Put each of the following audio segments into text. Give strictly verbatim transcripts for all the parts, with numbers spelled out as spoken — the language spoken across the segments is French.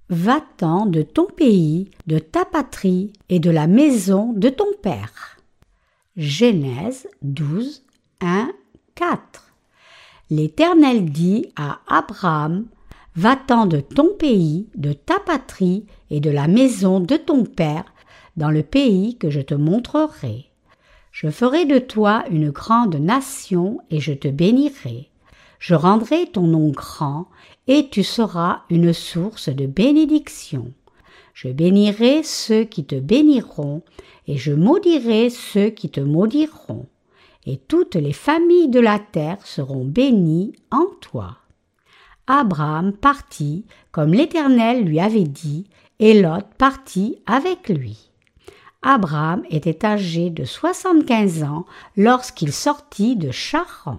Va-t'en de ton pays, de ta patrie et de la maison de ton père. Genèse douze, un, quatre. L'Éternel dit à Abraham, va-t'en de ton pays, de ta patrie et de la maison de ton père, dans le pays que je te montrerai. Je ferai de toi une grande nation et je te bénirai. Je rendrai ton nom grand et tu seras une source de bénédiction. Je bénirai ceux qui te béniront et je maudirai ceux qui te maudiront. Et toutes les familles de la terre seront bénies en toi. Abraham partit comme l'Éternel lui avait dit et Lot partit avec lui. Abraham était âgé de soixante-quinze ans lorsqu'il sortit de Charan.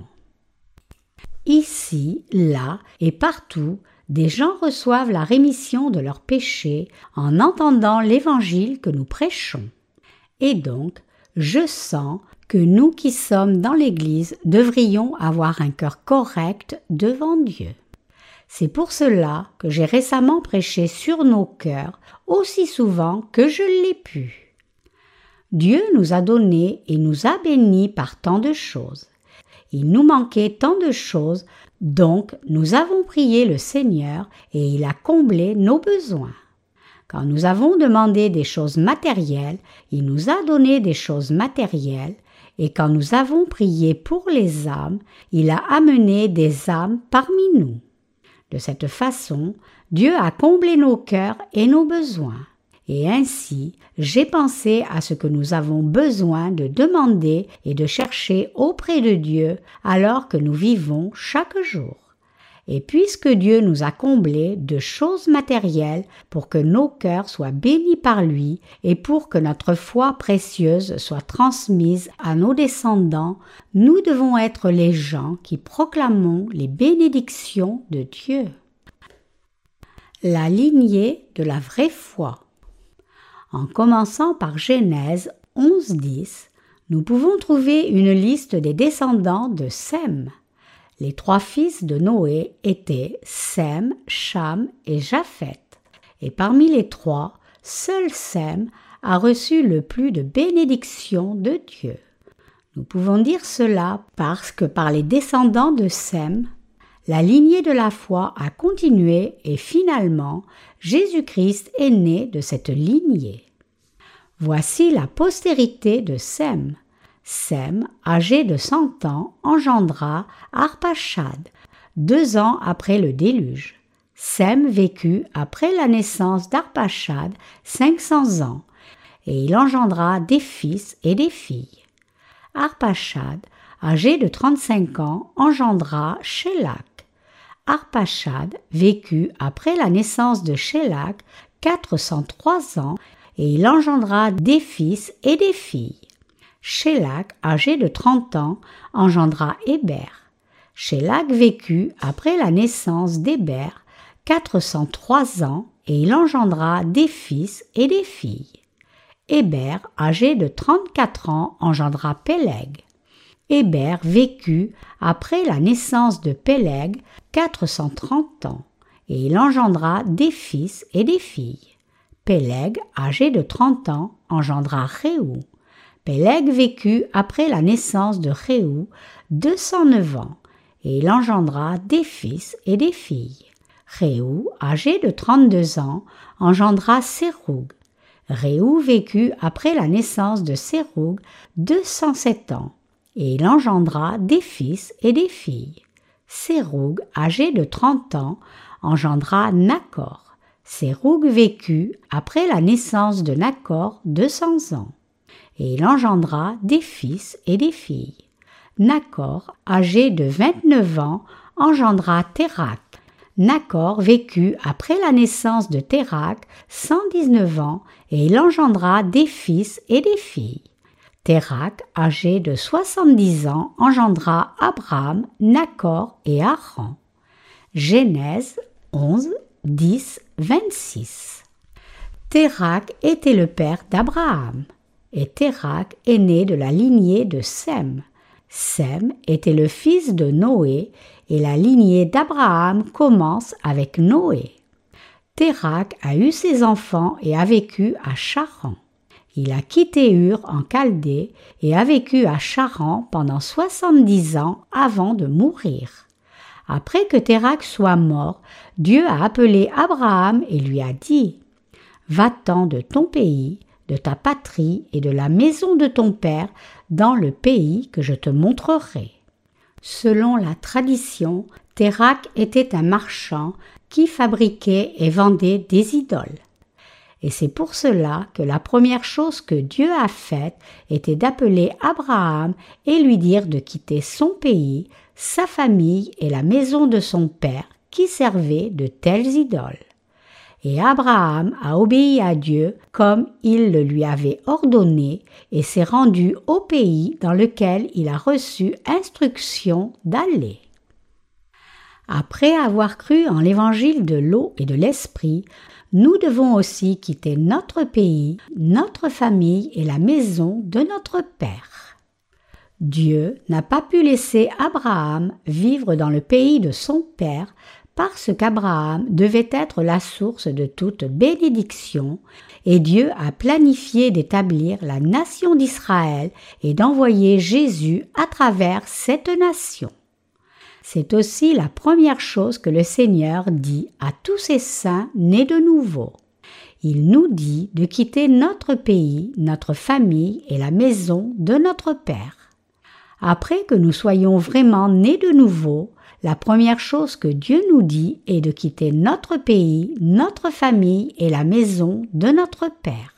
Ici, là et partout, des gens reçoivent la rémission de leurs péchés en entendant l'évangile que nous prêchons. Et donc, je sens que nous qui sommes dans l'Église devrions avoir un cœur correct devant Dieu. C'est pour cela que j'ai récemment prêché sur nos cœurs aussi souvent que je l'ai pu. Dieu nous a donné et nous a bénis par tant de choses. Il nous manquait tant de choses, donc nous avons prié le Seigneur et il a comblé nos besoins. Quand nous avons demandé des choses matérielles, il nous a donné des choses matérielles, et quand nous avons prié pour les âmes, il a amené des âmes parmi nous. De cette façon, Dieu a comblé nos cœurs et nos besoins. Et ainsi, j'ai pensé à ce que nous avons besoin de demander et de chercher auprès de Dieu alors que nous vivons chaque jour. Et puisque Dieu nous a comblés de choses matérielles pour que nos cœurs soient bénis par lui et pour que notre foi précieuse soit transmise à nos descendants, nous devons être les gens qui proclamons les bénédictions de Dieu. La lignée de la vraie foi. En commençant par Genèse onze, dix, nous pouvons trouver une liste des descendants de Sem. Les trois fils de Noé étaient Sem, Cham et Japhet. Et parmi les trois, seul Sem a reçu le plus de bénédictions de Dieu. Nous pouvons dire cela parce que par les descendants de Sem, la lignée de la foi a continué et finalement, Jésus-Christ est né de cette lignée. Voici la postérité de Sem. Sem, âgé de cent ans, engendra Arpachad, deux ans après le déluge. Sem vécut après la naissance d'Arpachad cinq cents ans, et il engendra des fils et des filles. Arpachad, âgé de trente-cinq ans, engendra Shélak. Arpachad vécut après la naissance de Shélak quatre cent trois ans, et il engendra des fils et des filles. Shélak, âgé de trente ans, engendra Héber. Shélak vécut après la naissance d'Héber quatre cent trois ans et il engendra des fils et des filles. Héber, âgé de trente-quatre ans, engendra Péleg. Héber vécut après la naissance de Péleg quatre cent trente ans et il engendra des fils et des filles. Péleg, âgé de trente ans, engendra Réou. Péleg vécut après la naissance de Réou deux cent neuf ans, et il engendra des fils et des filles. Réou, âgé de trente-deux ans, engendra Séroug. Réou vécut après la naissance de Séroug deux cent sept ans, et il engendra des fils et des filles. Séroug, âgé de trente ans, engendra Nakor. Séroug vécut après la naissance de Nakor deux cents ans, et il engendra des fils et des filles. Nakor, âgé de vingt-neuf ans, engendra Térak. Nakor vécut après la naissance de Térak cent dix-neuf ans, et il engendra des fils et des filles. Térak, âgé de soixante-dix ans, engendra Abraham, Nakor et Haran. Genèse onze, dix, vingt-six. Térak était le père d'Abraham, et Térak est né de la lignée de Sem. Sem était le fils de Noé, et la lignée d'Abraham commence avec Noé. Térakh a eu ses enfants et a vécu à Charan. Il a quitté Ur en Chaldée et a vécu à Charan pendant soixante-dix ans avant de mourir. Après que Térakh soit mort, Dieu a appelé Abraham et lui a dit « Va-t'en de ton pays, de ta patrie et de la maison de ton père dans le pays que je te montrerai. » Selon la tradition, Térakh était un marchand qui fabriquait et vendait des idoles. Et c'est pour cela que la première chose que Dieu a faite était d'appeler Abraham et lui dire de quitter son pays, sa famille et la maison de son père qui servait de telles idoles. Et Abraham a obéi à Dieu comme il le lui avait ordonné et s'est rendu au pays dans lequel il a reçu instruction d'aller. Après avoir cru en l'évangile de l'eau et de l'esprit, nous devons aussi quitter notre pays, notre famille et la maison de notre Père. Dieu n'a pas pu laisser Abraham vivre dans le pays de son Père parce qu'Abraham devait être la source de toute bénédiction et Dieu a planifié d'établir la nation d'Israël et d'envoyer Jésus à travers cette nation. C'est aussi la première chose que le Seigneur dit à tous ses saints nés de nouveau. Il nous dit de quitter notre pays, notre famille et la maison de notre Père. Après que nous soyons vraiment nés de nouveau, la première chose que Dieu nous dit est de quitter notre pays, notre famille et la maison de notre Père.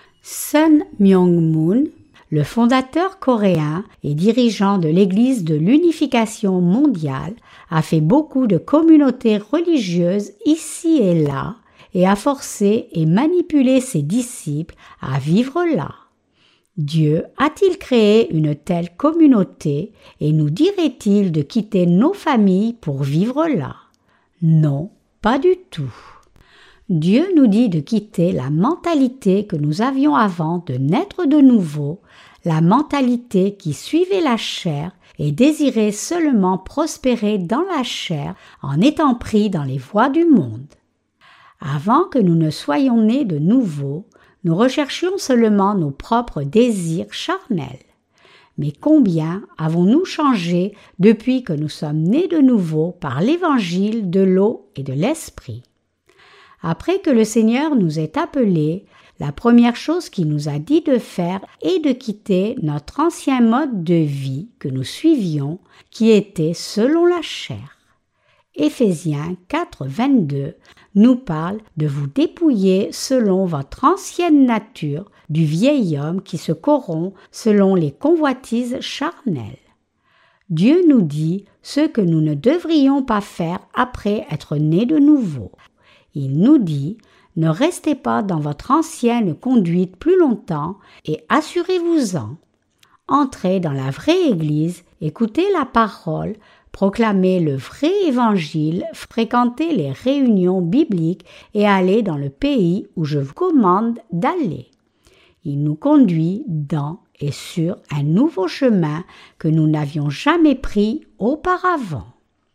Sun Myung-moon, le fondateur coréen et dirigeant de l'Église de l'Unification mondiale, a fait beaucoup de communautés religieuses ici et là et a forcé et manipulé ses disciples à vivre là. Dieu a-t-il créé une telle communauté et nous dirait-il de quitter nos familles pour vivre là? Non, pas du tout. Dieu nous dit de quitter la mentalité que nous avions avant de naître de nouveau, la mentalité qui suivait la chair et désirait seulement prospérer dans la chair en étant pris dans les voies du monde. Avant que nous ne soyons nés de nouveau, nous recherchions seulement nos propres désirs charnels. Mais combien avons-nous changé depuis que nous sommes nés de nouveau par l'évangile de l'eau et de l'esprit? Après que le Seigneur nous ait appelés, la première chose qu'il nous a dit de faire est de quitter notre ancien mode de vie que nous suivions, qui était selon la chair. Éphésiens quatre, vingt-deux nous parle de vous dépouiller selon votre ancienne nature du vieil homme qui se corrompt selon les convoitises charnelles. Dieu nous dit ce que nous ne devrions pas faire après être nés de nouveau. Il nous dit « Ne restez pas dans votre ancienne conduite plus longtemps et assurez-vous-en. Entrez dans la vraie Église, écoutez la parole, proclamez le vrai évangile, fréquentez les réunions bibliques et allez dans le pays où je vous commande d'aller. » Il nous conduit dans et sur un nouveau chemin que nous n'avions jamais pris auparavant.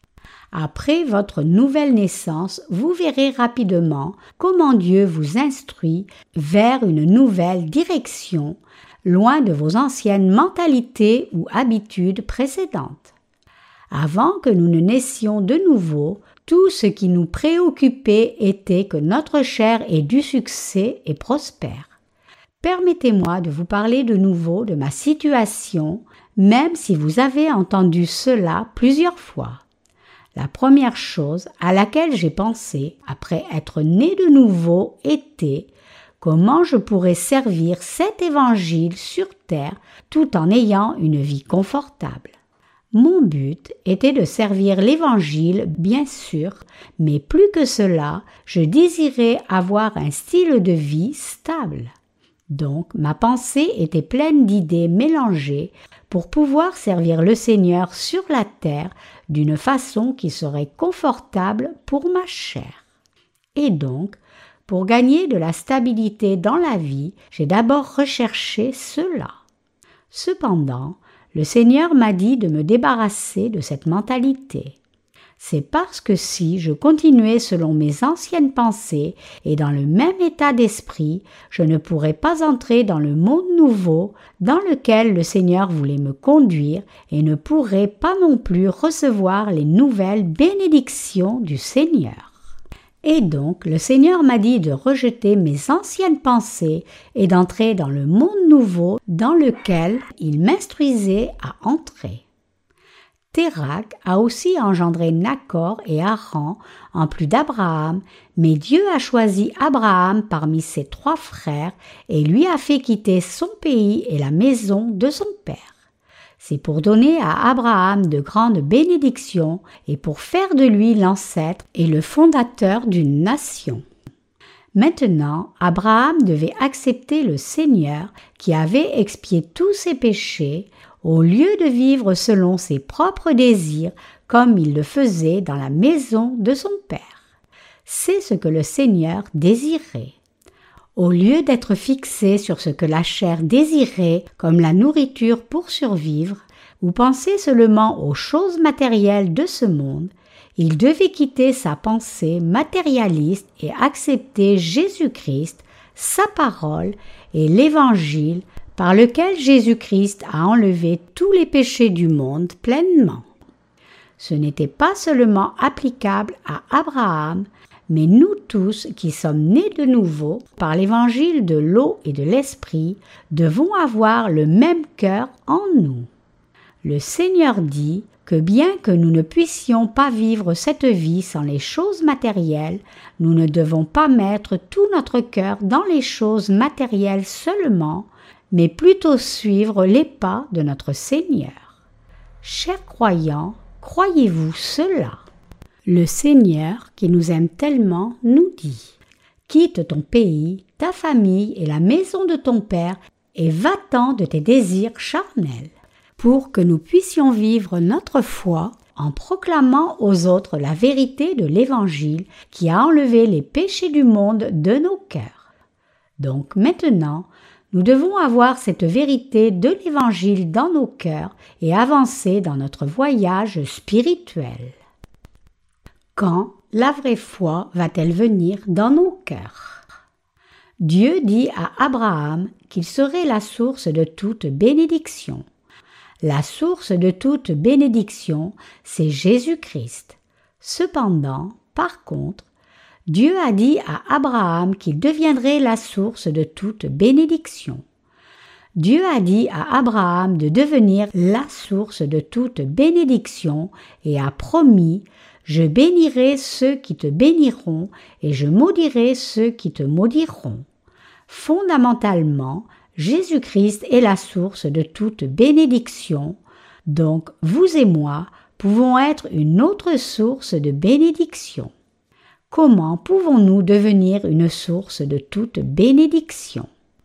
Après votre nouvelle naissance, vous verrez rapidement comment Dieu vous instruit vers une nouvelle direction, loin de vos anciennes mentalités ou habitudes précédentes. Avant que nous ne naissions de nouveau, tout ce qui nous préoccupait était que notre chair ait du succès et prospère. Permettez-moi de vous parler de nouveau de ma situation, même si vous avez entendu cela plusieurs fois. La première chose à laquelle j'ai pensé après être né de nouveau était comment je pourrais servir cet évangile sur terre tout en ayant une vie confortable. Mon but était de servir l'évangile, bien sûr, mais plus que cela, je désirais avoir un style de vie stable. Donc, ma pensée était pleine d'idées mélangées pour pouvoir servir le Seigneur sur la terre d'une façon qui serait confortable pour ma chair. Et donc, pour gagner de la stabilité dans la vie, j'ai d'abord recherché cela. Cependant, le Seigneur m'a dit de me débarrasser de cette mentalité. C'est parce que si je continuais selon mes anciennes pensées et dans le même état d'esprit, je ne pourrais pas entrer dans le monde nouveau dans lequel le Seigneur voulait me conduire et ne pourrais pas non plus recevoir les nouvelles bénédictions du Seigneur. Et donc, le Seigneur m'a dit de rejeter mes anciennes pensées et d'entrer dans le monde nouveau dans lequel il m'instruisait à entrer. Térakh a aussi engendré Nachor et Haran en plus d'Abraham, mais Dieu a choisi Abraham parmi ses trois frères et lui a fait quitter son pays et la maison de son père. C'est pour donner à Abraham de grandes bénédictions et pour faire de lui l'ancêtre et le fondateur d'une nation. Maintenant, Abraham devait accepter le Seigneur qui avait expié tous ses péchés au lieu de vivre selon ses propres désirs comme il le faisait dans la maison de son père. C'est ce que le Seigneur désirait. Au lieu d'être fixé sur ce que la chair désirait comme la nourriture pour survivre, ou penser seulement aux choses matérielles de ce monde, il devait quitter sa pensée matérialiste et accepter Jésus-Christ, sa parole et l'Évangile par lequel Jésus-Christ a enlevé tous les péchés du monde pleinement. Ce n'était pas seulement applicable à Abraham, mais nous tous qui sommes nés de nouveau par l'évangile de l'eau et de l'esprit devons avoir le même cœur en nous. Le Seigneur dit que bien que nous ne puissions pas vivre cette vie sans les choses matérielles, nous ne devons pas mettre tout notre cœur dans les choses matérielles seulement, mais plutôt suivre les pas de notre Seigneur. Chers croyants, croyez-vous cela? Le Seigneur, qui nous aime tellement, nous dit « Quitte ton pays, ta famille et la maison de ton père, et va-t'en de tes désirs charnels, pour que nous puissions vivre notre foi en proclamant aux autres la vérité de l'Évangile qui a enlevé les péchés du monde de nos cœurs. » Donc maintenant, nous devons avoir cette vérité de l'Évangile dans nos cœurs et avancer dans notre voyage spirituel. Quand la vraie foi va-t-elle venir dans nos cœurs? Dieu dit à Abraham qu'il serait la source de toute bénédiction. La source de toute bénédiction, c'est Jésus-Christ. Cependant, par contre, Dieu a dit à Abraham qu'il deviendrait la source de toute bénédiction. Dieu a dit à Abraham de devenir la source de toute bénédiction et a promis « Je bénirai ceux qui te béniront et je maudirai ceux qui te maudiront ». Fondamentalement, Jésus-Christ est la source de toute bénédiction, donc vous et moi pouvons être une autre source de bénédiction. Comment pouvons-nous devenir une source de toute bénédiction?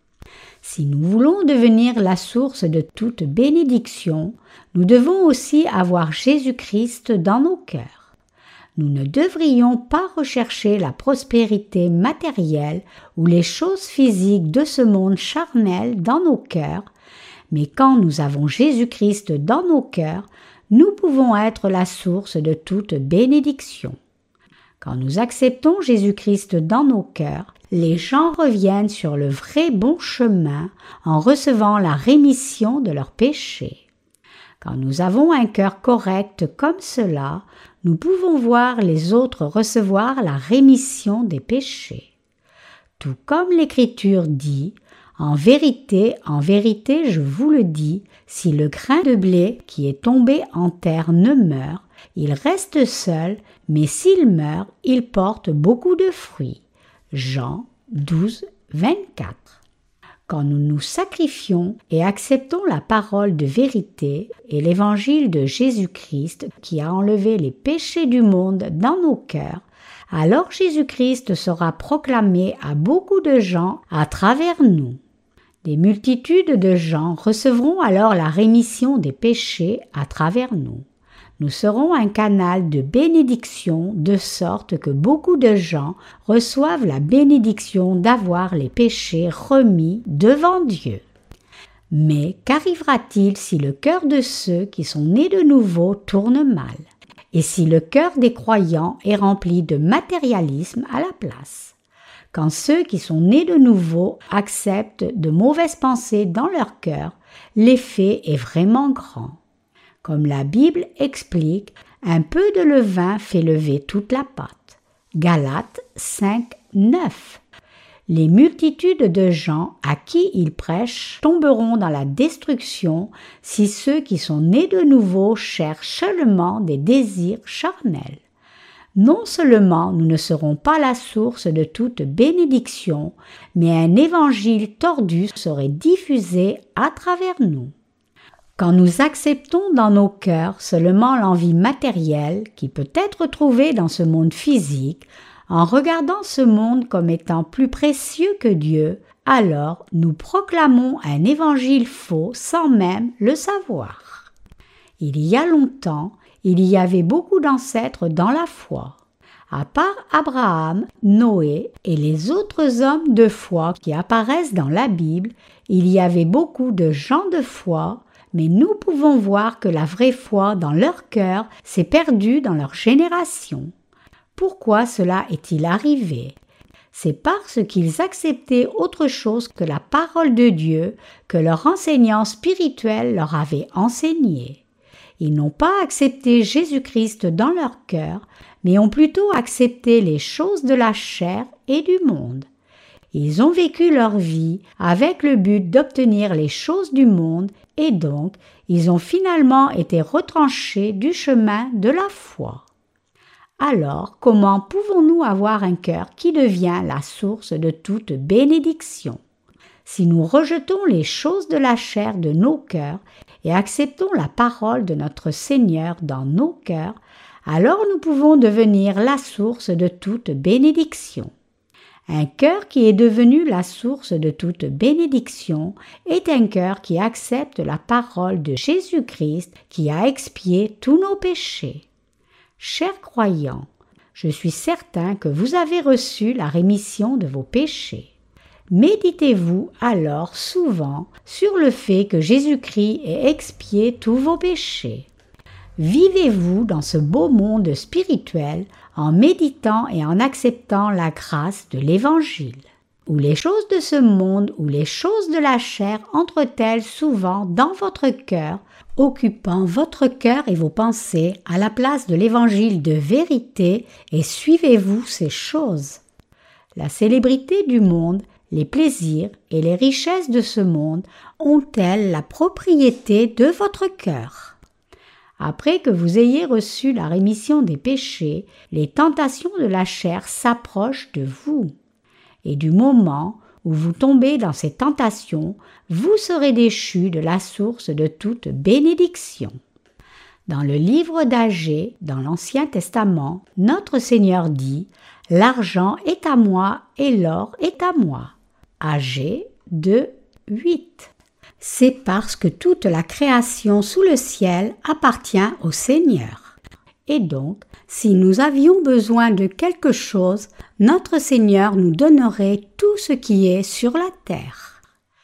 Si nous voulons devenir la source de toute bénédiction, nous devons aussi avoir Jésus-Christ dans nos cœurs. Nous ne devrions pas rechercher la prospérité matérielle ou les choses physiques de ce monde charnel dans nos cœurs, mais quand nous avons Jésus-Christ dans nos cœurs, nous pouvons être la source de toute bénédiction. Quand nous acceptons Jésus-Christ dans nos cœurs, les gens reviennent sur le vrai bon chemin en recevant la rémission de leurs péchés. Quand nous avons un cœur correct comme cela, nous pouvons voir les autres recevoir la rémission des péchés. Tout comme l'Écriture dit, « En vérité, en vérité, je vous le dis, si le grain de blé qui est tombé en terre ne meurt, il reste seul, mais s'il meurt, il porte beaucoup de fruits. » Jean douze, vingt-quatre. Quand nous nous sacrifions et acceptons la parole de vérité et l'évangile de Jésus-Christ qui a enlevé les péchés du monde dans nos cœurs, alors Jésus-Christ sera proclamé à beaucoup de gens à travers nous. Des multitudes de gens recevront alors la rémission des péchés à travers nous. Nous serons un canal de bénédiction de sorte que beaucoup de gens reçoivent la bénédiction d'avoir les péchés remis devant Dieu. Mais qu'arrivera-t-il si le cœur de ceux qui sont nés de nouveau tourne mal? et si le cœur des croyants est rempli de matérialisme à la place. Quand ceux qui sont nés de nouveau acceptent de mauvaises pensées dans leur cœur, l'effet est vraiment grand. Comme la Bible explique, un peu de levain fait lever toute la pâte. Galates cinq, neuf. Les multitudes de gens à qui il prêche tomberont dans la destruction si ceux qui sont nés de nouveau cherchent seulement des désirs charnels. Non seulement nous ne serons pas la source de toute bénédiction, mais un évangile tordu serait diffusé à travers nous. Quand nous acceptons dans nos cœurs seulement l'envie matérielle qui peut être trouvée dans ce monde physique, en regardant ce monde comme étant plus précieux que Dieu, alors nous proclamons un évangile faux sans même le savoir. Il y a longtemps, il y avait beaucoup d'ancêtres dans la foi. À part Abraham, Noé et les autres hommes de foi qui apparaissent dans la Bible, il y avait beaucoup de gens de foi, mais nous pouvons voir que la vraie foi dans leur cœur s'est perdue dans leur génération. Pourquoi cela est-il arrivé? C'est parce qu'ils acceptaient autre chose que la parole de Dieu que leur enseignant spirituel leur avait enseigné. Ils n'ont pas accepté Jésus-Christ dans leur cœur, mais ont plutôt accepté les choses de la chair et du monde. Ils ont vécu leur vie avec le but d'obtenir les choses du monde et donc ils ont finalement été retranchés du chemin de la foi. Alors, comment pouvons-nous avoir un cœur qui devient la source de toute bénédiction? Si nous rejetons les choses de la chair de nos cœurs et acceptons la parole de notre Seigneur dans nos cœurs, alors nous pouvons devenir la source de toute bénédiction. Un cœur qui est devenu la source de toute bénédiction est un cœur qui accepte la parole de Jésus-Christ qui a expié tous nos péchés. Chers croyants, je suis certain que vous avez reçu la rémission de vos péchés. Méditez-vous alors souvent sur le fait que Jésus-Christ ait expié tous vos péchés. Vivez-vous dans ce beau monde spirituel en méditant et en acceptant la grâce de l'Évangile. Ou les choses de ce monde ou les choses de la chair entrent-elles souvent dans votre cœur, occupant votre cœur et vos pensées à la place de l'Évangile de vérité, et suivez-vous ces choses? La célébrité du monde, les plaisirs et les richesses de ce monde ont-elles la propriété de votre cœur? Après que vous ayez reçu la rémission des péchés, les tentations de la chair s'approchent de vous. Et du moment où vous tombez dans ces tentations, vous serez déchus de la source de toute bénédiction. Dans le livre d'Agée, dans l'Ancien Testament, notre Seigneur dit « L'argent est à moi et l'or est à moi ». Agée deux, huit. C'est parce que toute la création sous le ciel appartient au Seigneur. Et donc, si nous avions besoin de quelque chose, notre Seigneur nous donnerait tout ce qui est sur la terre.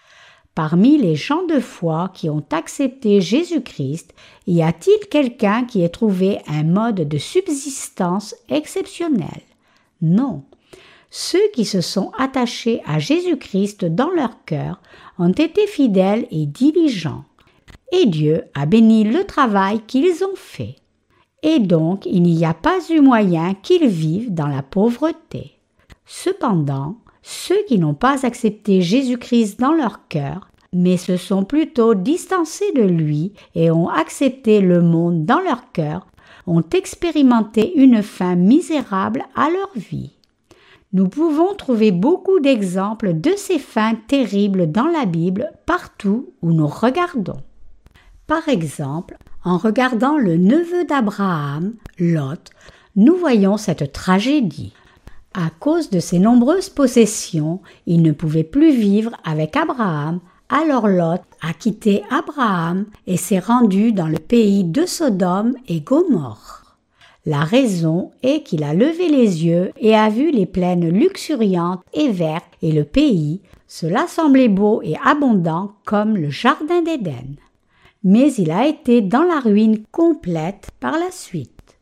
Parmi les gens de foi qui ont accepté Jésus-Christ, y a-t-il quelqu'un qui ait trouvé un mode de subsistance exceptionnel? Non. Ceux qui se sont attachés à Jésus-Christ dans leur cœur ont été fidèles et diligents, et Dieu a béni le travail qu'ils ont fait. Et donc il n'y a pas eu moyen qu'ils vivent dans la pauvreté. Cependant, ceux qui n'ont pas accepté Jésus-Christ dans leur cœur, mais se sont plutôt distancés de lui et ont accepté le monde dans leur cœur, ont expérimenté une fin misérable à leur vie. Nous pouvons trouver beaucoup d'exemples de ces fins terribles dans la Bible partout où nous regardons. Par exemple, en regardant le neveu d'Abraham, Lot, nous voyons cette tragédie. À cause de ses nombreuses possessions, il ne pouvait plus vivre avec Abraham, alors Lot a quitté Abraham et s'est rendu dans le pays de Sodome et Gomorrhe. La raison est qu'il a levé les yeux et a vu les plaines luxuriantes et vertes et le pays, cela semblait beau et abondant comme le jardin d'Éden. Mais il a été dans la ruine complète par la suite.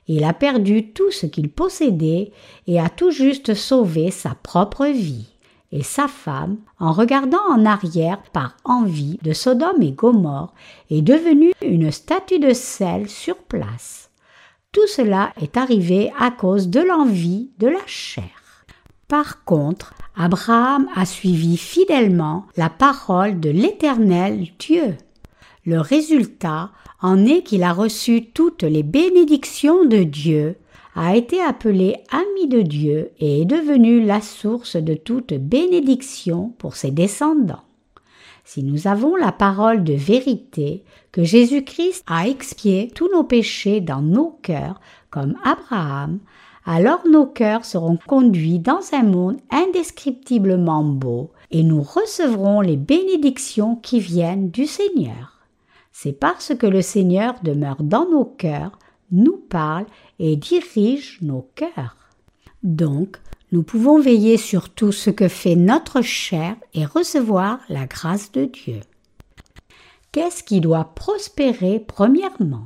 Il a perdu tout ce qu'il possédait et a tout juste sauvé sa propre vie. Et sa femme, en regardant en arrière par envie de Sodome et Gomorrhe, est devenue une statue de sel sur place. Tout cela est arrivé à cause de l'envie de la chair. Par contre, Abraham a suivi fidèlement la parole de l'Éternel Dieu. Le résultat en est qu'il a reçu toutes les bénédictions de Dieu, a été appelé ami de Dieu et est devenu la source de toute bénédiction pour ses descendants. Si nous avons la parole de vérité, que Jésus-Christ a expié tous nos péchés dans nos cœurs, comme Abraham, alors nos cœurs seront conduits dans un monde indescriptiblement beau et nous recevrons les bénédictions qui viennent du Seigneur. C'est parce que le Seigneur demeure dans nos cœurs, nous parle et dirige nos cœurs. Donc, nous pouvons veiller sur tout ce que fait notre chair et recevoir la grâce de Dieu. Qu'est-ce qui doit prospérer premièrement?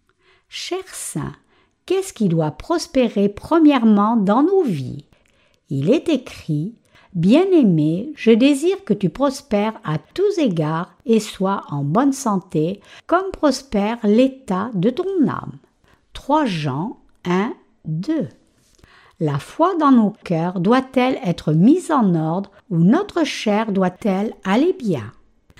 Chers saints, qu'est-ce qui doit prospérer premièrement dans nos vies? Il est écrit « Bien-aimé, je désire que tu prospères à tous égards et sois en bonne santé, comme prospère l'état de ton âme. » trois Jean un, deux. La foi dans nos cœurs doit-elle être mise en ordre ou notre chair doit-elle aller bien?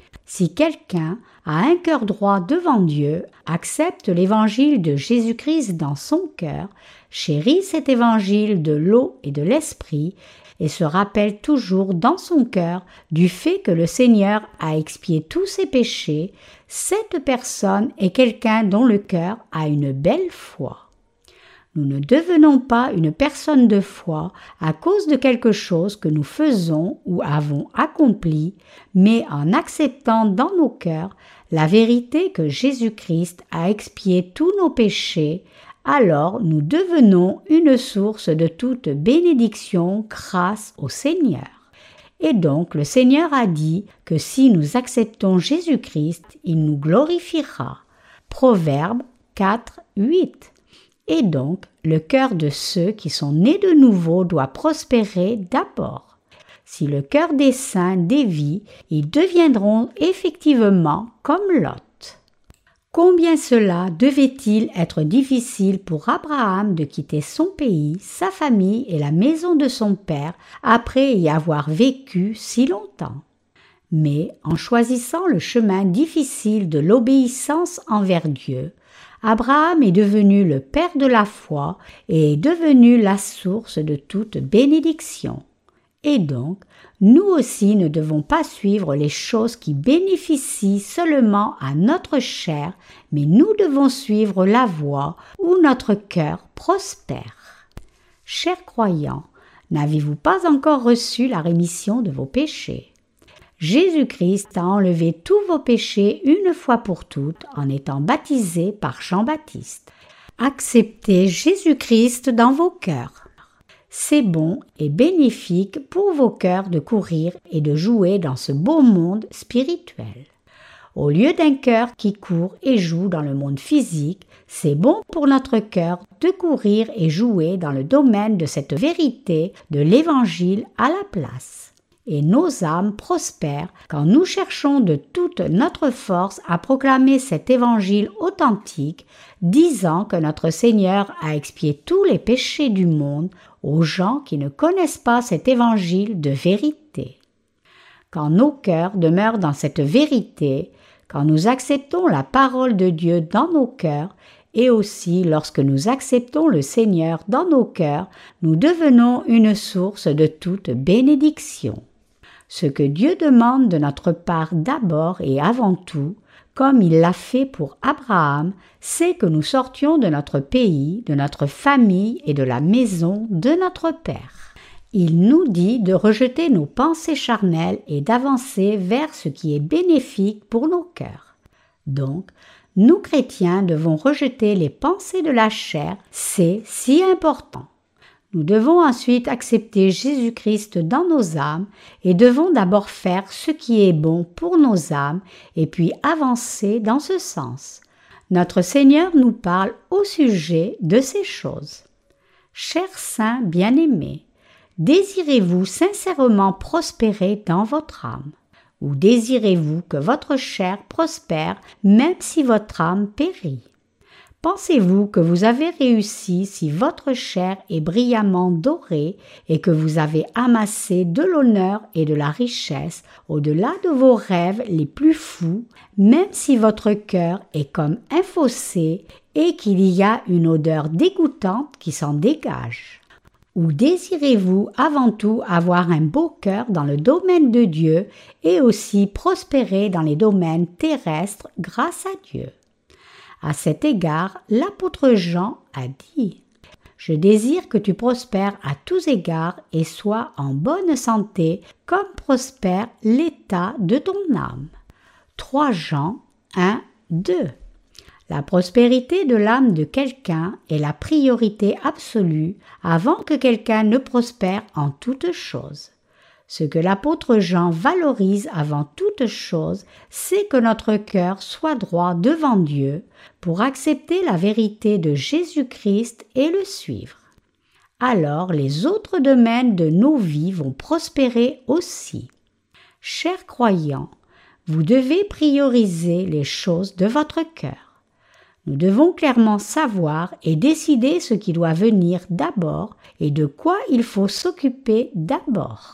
Si quelqu'un a un cœur droit devant Dieu, accepte l'évangile de Jésus-Christ dans son cœur, chérit cet évangile de l'eau et de l'esprit et se rappelle toujours dans son cœur du fait que le Seigneur a expié tous ses péchés, cette personne est quelqu'un dont le cœur a une belle foi. Nous ne devenons pas une personne de foi à cause de quelque chose que nous faisons ou avons accompli, mais en acceptant dans nos cœurs la vérité que Jésus-Christ a expié tous nos péchés, alors nous devenons une source de toute bénédiction grâce au Seigneur. Et donc le Seigneur a dit que si nous acceptons Jésus-Christ, il nous glorifiera. Proverbe quatre, huit. Et donc, le cœur de ceux qui sont nés de nouveau doit prospérer d'abord. Si le cœur des saints dévie, ils deviendront effectivement comme Lot. Combien cela devait-il être difficile pour Abraham de quitter son pays, sa famille et la maison de son père après y avoir vécu si longtemps. Mais en choisissant le chemin difficile de l'obéissance envers Dieu, Abraham est devenu le père de la foi et est devenu la source de toute bénédiction. Et donc, nous aussi ne devons pas suivre les choses qui bénéficient seulement à notre chair, mais nous devons suivre la voie où notre cœur prospère. Chers croyants, n'avez-vous pas encore reçu la rémission de vos péchés? Jésus-Christ a enlevé tous vos péchés une fois pour toutes en étant baptisé par Jean-Baptiste. Acceptez Jésus-Christ dans vos cœurs. C'est bon et bénéfique pour vos cœurs de courir et de jouer dans ce beau monde spirituel. Au lieu d'un cœur qui court et joue dans le monde physique, c'est bon pour notre cœur de courir et jouer dans le domaine de cette vérité de l'Évangile à la place. Et nos âmes prospèrent quand nous cherchons de toute notre force à proclamer cet évangile authentique, disant que notre Seigneur a expié tous les péchés du monde aux gens qui ne connaissent pas cet évangile de vérité. Quand nos cœurs demeurent dans cette vérité, quand nous acceptons la parole de Dieu dans nos cœurs, et aussi lorsque nous acceptons le Seigneur dans nos cœurs, nous devenons une source de toute bénédiction. Ce que Dieu demande de notre part d'abord et avant tout, comme il l'a fait pour Abraham, c'est que nous sortions de notre pays, de notre famille et de la maison de notre Père. Il nous dit de rejeter nos pensées charnelles et d'avancer vers ce qui est bénéfique pour nos cœurs. Donc, nous chrétiens devons rejeter les pensées de la chair, c'est si important. Nous devons ensuite accepter Jésus-Christ dans nos âmes et devons d'abord faire ce qui est bon pour nos âmes et puis avancer dans ce sens. notre Seigneur nous parle au sujet de ces choses. Chers saints bien-aimés, désirez-vous sincèrement prospérer dans votre âme? Ou désirez-vous que votre chair prospère même si votre âme périt? Pensez-vous que vous avez réussi si votre chair est brillamment dorée et que vous avez amassé de l'honneur et de la richesse au-delà de vos rêves les plus fous, même si votre cœur est comme un fossé et qu'il y a une odeur dégoûtante qui s'en dégage? Ou désirez-vous avant tout avoir un beau cœur dans le domaine de Dieu et aussi prospérer dans les domaines terrestres grâce à Dieu? À cet égard, l'apôtre Jean a dit « Je désire que tu prospères à tous égards et sois en bonne santé comme prospère l'état de ton âme. » trois Jean un, deux. La prospérité de l'âme de quelqu'un est la priorité absolue avant que quelqu'un ne prospère en toutes choses. Ce que l'apôtre Jean valorise avant toute chose, c'est que notre cœur soit droit devant Dieu pour accepter la vérité de Jésus-Christ et le suivre. Alors les autres domaines de nos vies vont prospérer aussi. Chers croyants, vous devez prioriser les choses de votre cœur. Nous devons clairement savoir et décider ce qui doit venir d'abord et de quoi il faut s'occuper d'abord.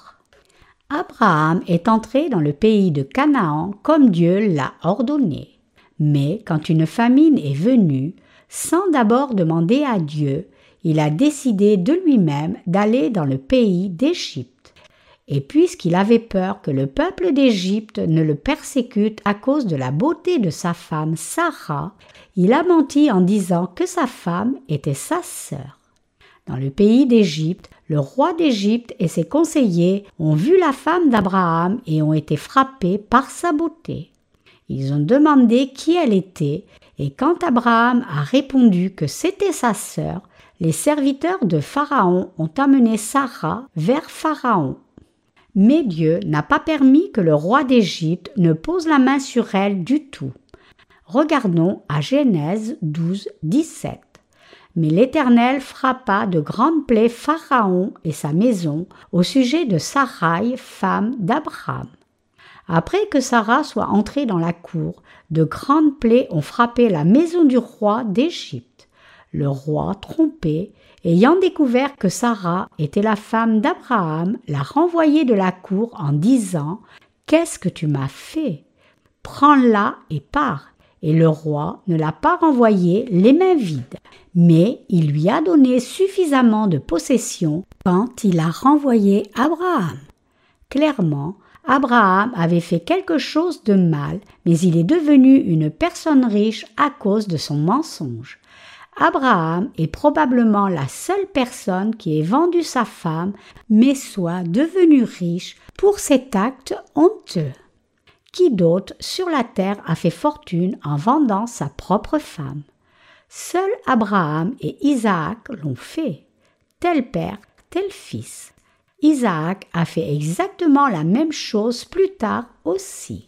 Abraham est entré dans le pays de Canaan comme Dieu l'a ordonné. Mais quand une famine est venue, sans d'abord demander à Dieu, il a décidé de lui-même d'aller dans le pays d'Égypte. Et puisqu'il avait peur que le peuple d'Égypte ne le persécute à cause de la beauté de sa femme Sarah, il a menti en disant que sa femme était sa sœur. Dans le pays d'Égypte, le roi d'Égypte et ses conseillers ont vu la femme d'Abraham et ont été frappés par sa beauté. Ils ont demandé qui elle était, et quand Abraham a répondu que c'était sa sœur, les serviteurs de Pharaon ont amené Sarah vers Pharaon. Mais Dieu n'a pas permis que le roi d'Égypte ne pose la main sur elle du tout. Regardons à Genèse douze, dix-sept. Mais l'Éternel frappa de grandes plaies Pharaon et sa maison au sujet de Sarai, femme d'Abraham. Après que Sarah soit entrée dans la cour, de grandes plaies ont frappé la maison du roi d'Égypte. Le roi, trompé, ayant découvert que Sarah était la femme d'Abraham, l'a renvoyée de la cour en disant « Qu'est-ce que tu m'as fait? Prends-la et pars. » Et le roi ne l'a pas renvoyée les mains vides, mais il lui a donné suffisamment de possessions quand il a renvoyé Abraham. Clairement, Abraham avait fait quelque chose de mal, mais il est devenu une personne riche à cause de son mensonge. Abraham est probablement la seule personne qui ait vendu sa femme, mais soit devenu riche pour cet acte honteux. Qui d'autre sur la terre a fait fortune en vendant sa propre femme? Seul Abraham et Isaac l'ont fait. Tel père, tel fils. Isaac a fait exactement la même chose plus tard aussi.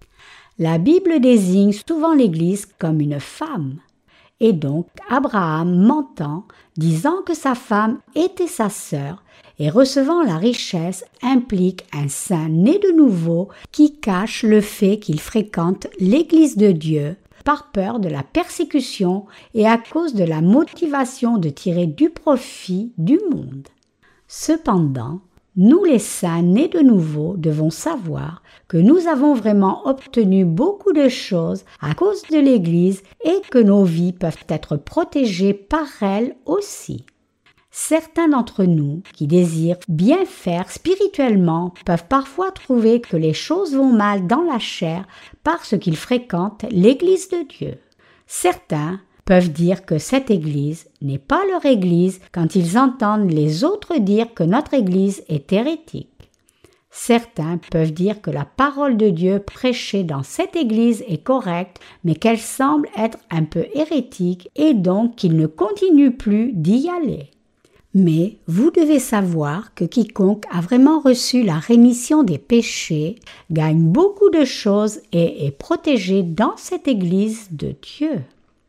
La Bible désigne souvent l'Église comme une femme. Et donc Abraham mentant, disant que sa femme était sa sœur, et recevant la richesse implique un saint né de nouveau qui cache le fait qu'il fréquente l'Église de Dieu par peur de la persécution et à cause de la motivation de tirer du profit du monde. Cependant, nous les saints nés de nouveau devons savoir que nous avons vraiment obtenu beaucoup de choses à cause de l'Église et que nos vies peuvent être protégées par elle aussi. Certains d'entre nous qui désirent bien faire spirituellement peuvent parfois trouver que les choses vont mal dans la chair parce qu'ils fréquentent l'Église de Dieu. Certains peuvent dire que cette Église n'est pas leur Église quand ils entendent les autres dire que notre Église est hérétique. Certains peuvent dire que la parole de Dieu prêchée dans cette Église est correcte, mais qu'elle semble être un peu hérétique et donc qu'ils ne continuent plus d'y aller. Mais vous devez savoir que quiconque a vraiment reçu la rémission des péchés gagne beaucoup de choses et est protégé dans cette Église de Dieu.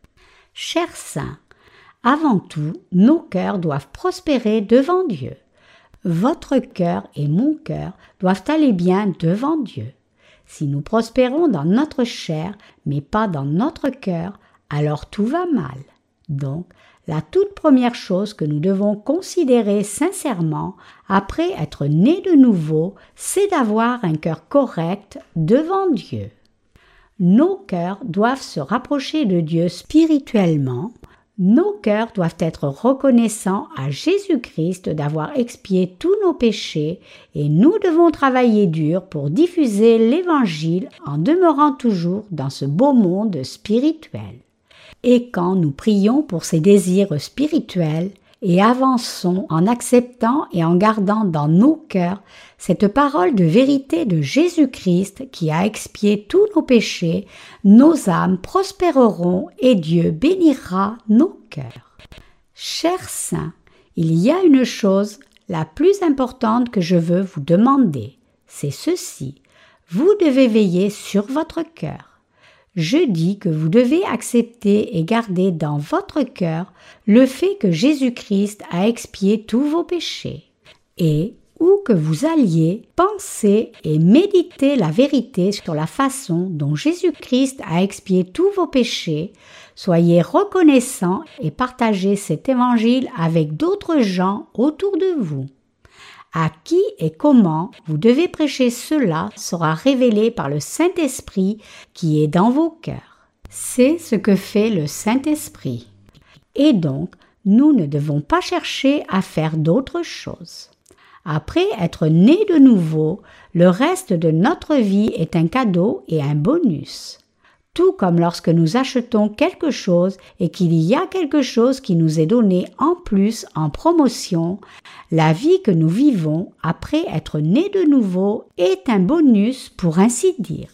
Chers saints, avant tout, nos cœurs doivent prospérer devant Dieu. Votre cœur et mon cœur doivent aller bien devant Dieu. Si nous prospérons dans notre chair, mais pas dans notre cœur, alors tout va mal. Donc, la toute première chose que nous devons considérer sincèrement, après être nés de nouveau, c'est d'avoir un cœur correct devant Dieu. Nos cœurs doivent se rapprocher de Dieu spirituellement. Nos cœurs doivent être reconnaissants à Jésus-Christ d'avoir expié tous nos péchés et nous devons travailler dur pour diffuser l'Évangile en demeurant toujours dans ce beau monde spirituel. Et quand nous prions pour ces désirs spirituels et avançons en acceptant et en gardant dans nos cœurs cette parole de vérité de Jésus-Christ qui a expié tous nos péchés, nos âmes prospéreront et Dieu bénira nos cœurs. Chers saints, il y a une chose la plus importante que je veux vous demander, c'est ceci, vous devez veiller sur votre cœur. Je dis que vous devez accepter et garder dans votre cœur le fait que Jésus-Christ a expié tous vos péchés. Et où que vous alliez, pensez et méditez la vérité sur la façon dont Jésus-Christ a expié tous vos péchés, soyez reconnaissants et partagez cet évangile avec d'autres gens autour de vous. À qui et comment vous devez prêcher cela sera révélé par le Saint-Esprit qui est dans vos cœurs. C'est ce que fait le Saint-Esprit. Et donc, nous ne devons pas chercher à faire d'autres choses. Après être nés de nouveau, le reste de notre vie est un cadeau et un bonus. Tout comme lorsque nous achetons quelque chose et qu'il y a quelque chose qui nous est donné en plus en promotion, la vie que nous vivons après être nés de nouveau est un bonus pour ainsi dire.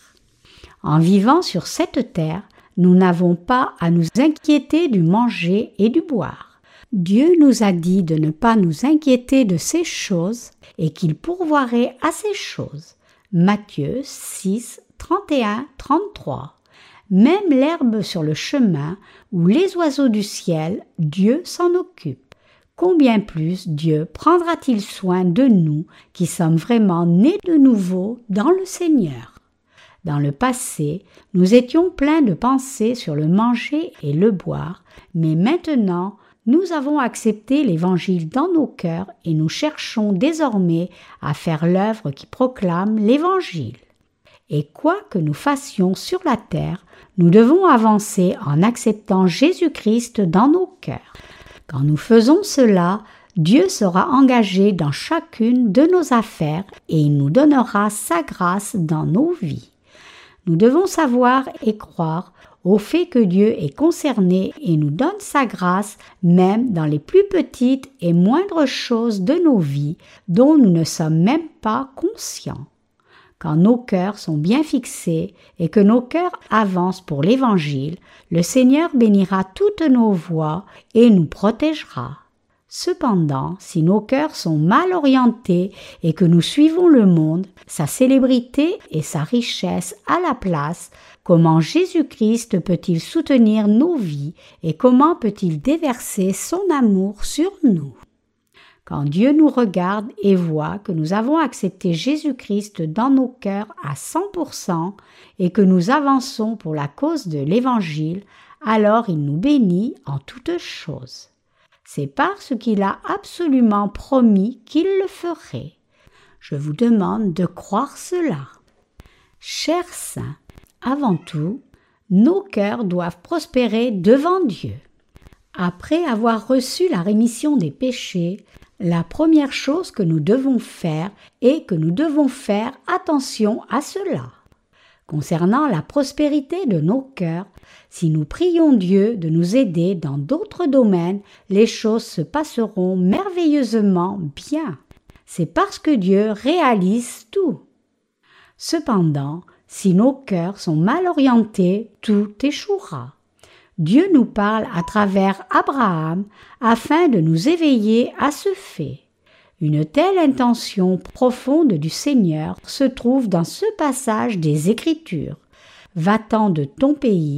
En vivant sur cette terre, nous n'avons pas à nous inquiéter du manger et du boire. Dieu nous a dit de ne pas nous inquiéter de ces choses et qu'il pourvoirait à ces choses. Matthieu six, trente et un à trente-trois. Même l'herbe sur le chemin ou les oiseaux du ciel, Dieu s'en occupe. Combien plus Dieu prendra-t-il soin de nous qui sommes vraiment nés de nouveau dans le Seigneur? Dans le passé, nous étions pleins de pensées sur le manger et le boire, mais maintenant, nous avons accepté l'Évangile dans nos cœurs et nous cherchons désormais à faire l'œuvre qui proclame l'Évangile. Et quoi que nous fassions sur la terre, nous devons avancer en acceptant Jésus-Christ dans nos cœurs. Quand nous faisons cela, Dieu sera engagé dans chacune de nos affaires et il nous donnera sa grâce dans nos vies. Nous devons savoir et croire au fait que Dieu est concerné et nous donne sa grâce même dans les plus petites et moindres choses de nos vies dont nous ne sommes même pas conscients. Quand nos cœurs sont bien fixés et que nos cœurs avancent pour l'Évangile, le Seigneur bénira toutes nos voies et nous protégera. Cependant, si nos cœurs sont mal orientés et que nous suivons le monde, sa célébrité et sa richesse à la place, comment Jésus-Christ peut-il soutenir nos vies et comment peut-il déverser son amour sur nous? Quand Dieu nous regarde et voit que nous avons accepté Jésus-Christ dans nos cœurs à cent pour cent et que nous avançons pour la cause de l'Évangile, alors il nous bénit en toutes choses. C'est parce qu'il a absolument promis qu'il le ferait. Je vous demande de croire cela. Chers saints, avant tout, nos cœurs doivent prospérer devant Dieu. Après avoir reçu la rémission des péchés, la première chose que nous devons faire est que nous devons faire attention à cela. Concernant la prospérité de nos cœurs, si nous prions Dieu de nous aider dans d'autres domaines, les choses se passeront merveilleusement bien. C'est parce que Dieu réalise tout. Cependant, si nos cœurs sont mal orientés, tout échouera. Dieu nous parle à travers Abraham afin de nous éveiller à ce fait. Une telle intention profonde du Seigneur se trouve dans ce passage des Écritures. Va-t'en de ton pays,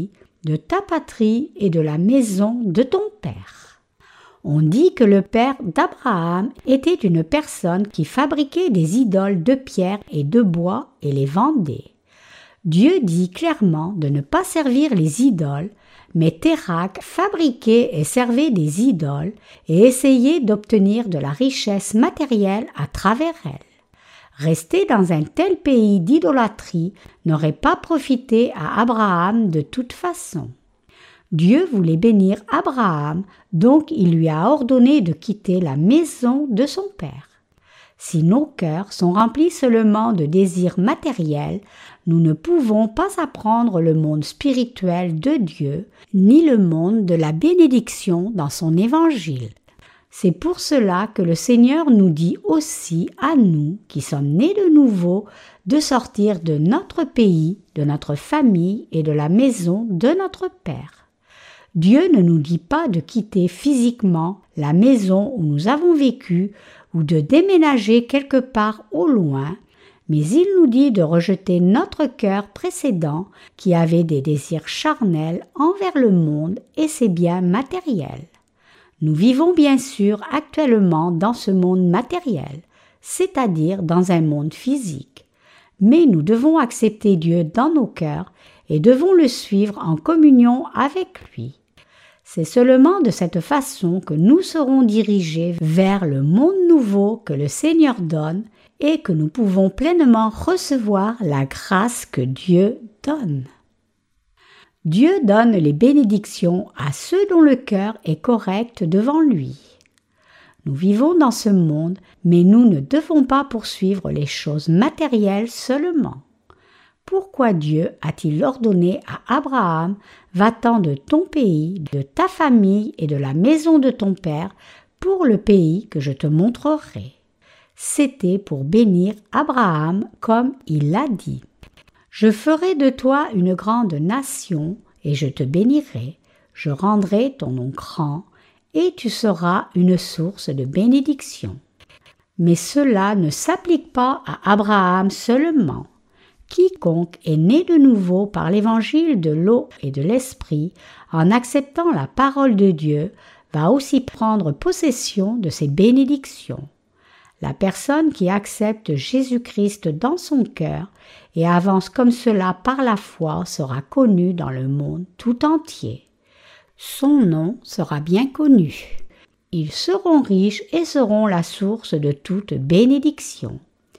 de ta patrie et de la maison de ton père. » On dit que le père d'Abraham était une personne qui fabriquait des idoles de pierre et de bois et les vendait. Dieu dit clairement de ne pas servir les idoles, mais Térakh fabriquait et servait des idoles et essayait d'obtenir de la richesse matérielle à travers elles. Rester dans un tel pays d'idolâtrie n'aurait pas profité à Abraham de toute façon. Dieu voulait bénir Abraham, donc il lui a ordonné de quitter la maison de son père. Si nos cœurs sont remplis seulement de désirs matériels, nous ne pouvons pas apprendre le monde spirituel de Dieu, ni le monde de la bénédiction dans son évangile. C'est pour cela que le Seigneur nous dit aussi à nous, qui sommes nés de nouveau, de sortir de notre pays, de notre famille et de la maison de notre Père. Dieu ne nous dit pas de quitter physiquement la maison où nous avons vécu ou de déménager quelque part au loin, mais il nous dit de rejeter notre cœur précédent qui avait des désirs charnels envers le monde et ses biens matériels. Nous vivons bien sûr actuellement dans ce monde matériel, c'est-à-dire dans un monde physique, mais nous devons accepter Dieu dans nos cœurs et devons le suivre en communion avec lui. C'est seulement de cette façon que nous serons dirigés vers le monde nouveau que le Seigneur donne et que nous pouvons pleinement recevoir la grâce que Dieu donne. Dieu donne les bénédictions à ceux dont le cœur est correct devant lui. Nous vivons dans ce monde, mais nous ne devons pas poursuivre les choses matérielles seulement. Pourquoi Dieu a-t-il ordonné à Abraham « Va-t'en de ton pays, de ta famille et de la maison de ton père pour le pays que je te montrerai » C'était pour bénir Abraham comme il l'a dit. « Je ferai de toi une grande nation et je te bénirai, je rendrai ton nom grand et tu seras une source de bénédiction. » Mais cela ne s'applique pas à Abraham seulement. Quiconque est né de nouveau par l'évangile de l'eau et de l'esprit, en acceptant la parole de Dieu, va aussi prendre possession de ses bénédictions. La personne qui accepte Jésus-Christ dans son cœur et avance comme cela par la foi sera connue dans le monde tout entier. Son nom sera bien connu. Ils seront riches et seront la source de toute bénédiction.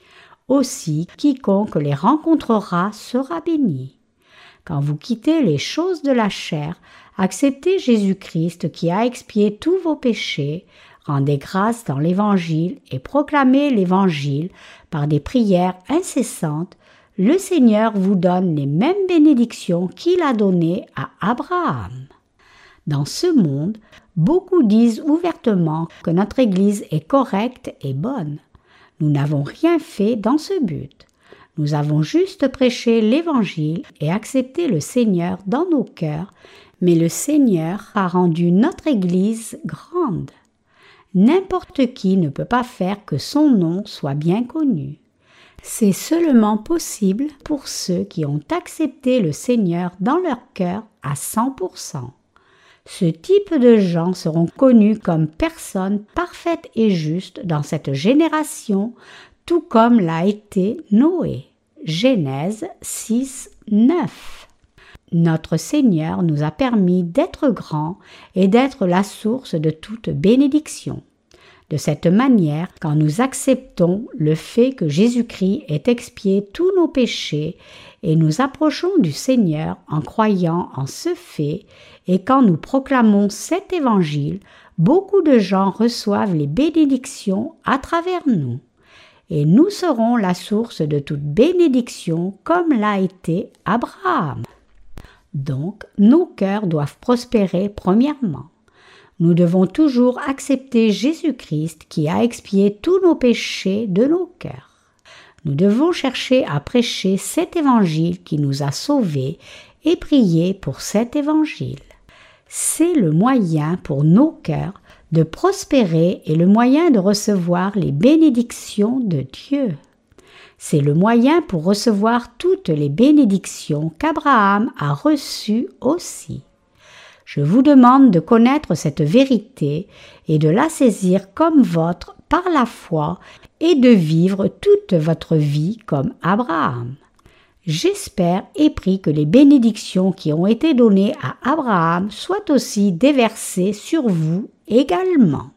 Aussi, quiconque les rencontrera sera béni. Quand vous quittez les choses de la chair, acceptez Jésus-Christ qui a expié tous vos péchés, rendez grâce dans l'Évangile et proclamez l'Évangile par des prières incessantes, le Seigneur vous donne les mêmes bénédictions qu'il a données à Abraham. Dans ce monde, beaucoup disent ouvertement que notre Église est correcte et bonne. Nous n'avons rien fait dans ce but. Nous avons juste prêché l'Évangile et accepté le Seigneur dans nos cœurs, mais le Seigneur a rendu notre Église grande. N'importe qui ne peut pas faire que son nom soit bien connu. C'est seulement possible pour ceux qui ont accepté le Seigneur dans leur cœur à cent pour cent. Ce type de gens seront connus comme personnes parfaites et justes dans cette génération, tout comme l'a été Noé. Genèse six, neuf. Notre Seigneur nous a permis d'être grands et d'être la source de toute bénédiction. De cette manière, quand nous acceptons le fait que Jésus-Christ ait expié tous nos péchés et nous approchons du Seigneur en croyant en ce fait, et quand nous proclamons cet évangile, beaucoup de gens reçoivent les bénédictions à travers nous. Et nous serons la source de toute bénédiction comme l'a été Abraham. Donc, nos cœurs doivent prospérer premièrement. Nous devons toujours accepter Jésus-Christ qui a expié tous nos péchés de nos cœurs. Nous devons chercher à prêcher cet évangile qui nous a sauvés et prier pour cet évangile. C'est le moyen pour nos cœurs de prospérer et le moyen de recevoir les bénédictions de Dieu. C'est le moyen pour recevoir toutes les bénédictions qu'Abraham a reçues aussi. Je vous demande de connaître cette vérité et de la saisir comme vôtre par la foi et de vivre toute votre vie comme Abraham. J'espère et prie que les bénédictions qui ont été données à Abraham soient aussi déversées sur vous également.